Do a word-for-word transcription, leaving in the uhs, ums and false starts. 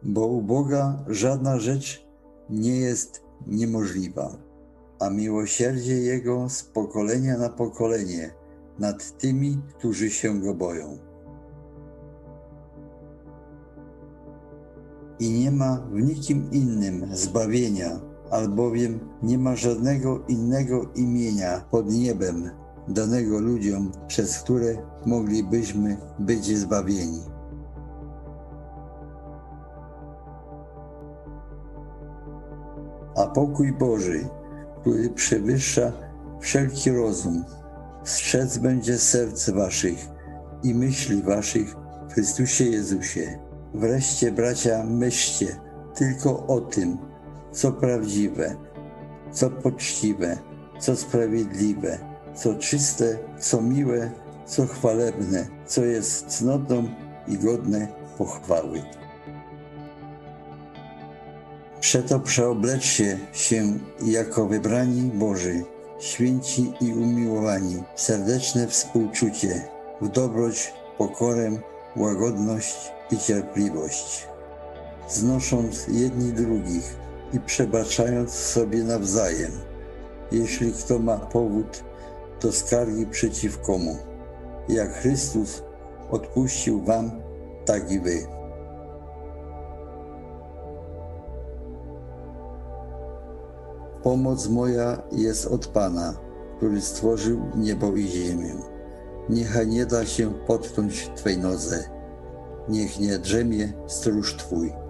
bo u Boga żadna rzecz nie jest niemożliwa, a miłosierdzie Jego z pokolenia na pokolenie nad tymi, którzy się Go boją. I nie ma w nikim innym zbawienia, albowiem nie ma żadnego innego imienia pod niebem danego ludziom, przez które moglibyśmy być zbawieni. A pokój Boży, który przewyższa wszelki rozum, strzec będzie serc waszych i myśli waszych w Chrystusie Jezusie. Wreszcie, bracia, myślcie tylko o tym, co prawdziwe, co poczciwe, co sprawiedliwe, co czyste, co miłe, co chwalebne, co jest cnotą i godne pochwały. Przeto przeobleczcie się jako wybrani Boży, święci i umiłowani, w serdeczne współczucie, w dobroć, pokorę, łagodność i cierpliwość, znosząc jedni drugich i przebaczając sobie nawzajem, jeśli kto ma powód do skargi przeciw komu. Jak Chrystus odpuścił wam, tak i wy. Pomoc moja jest od Pana, który stworzył niebo i ziemię. Niechaj nie da się potknąć Twej nodze, niech nie drzemie stróż Twój.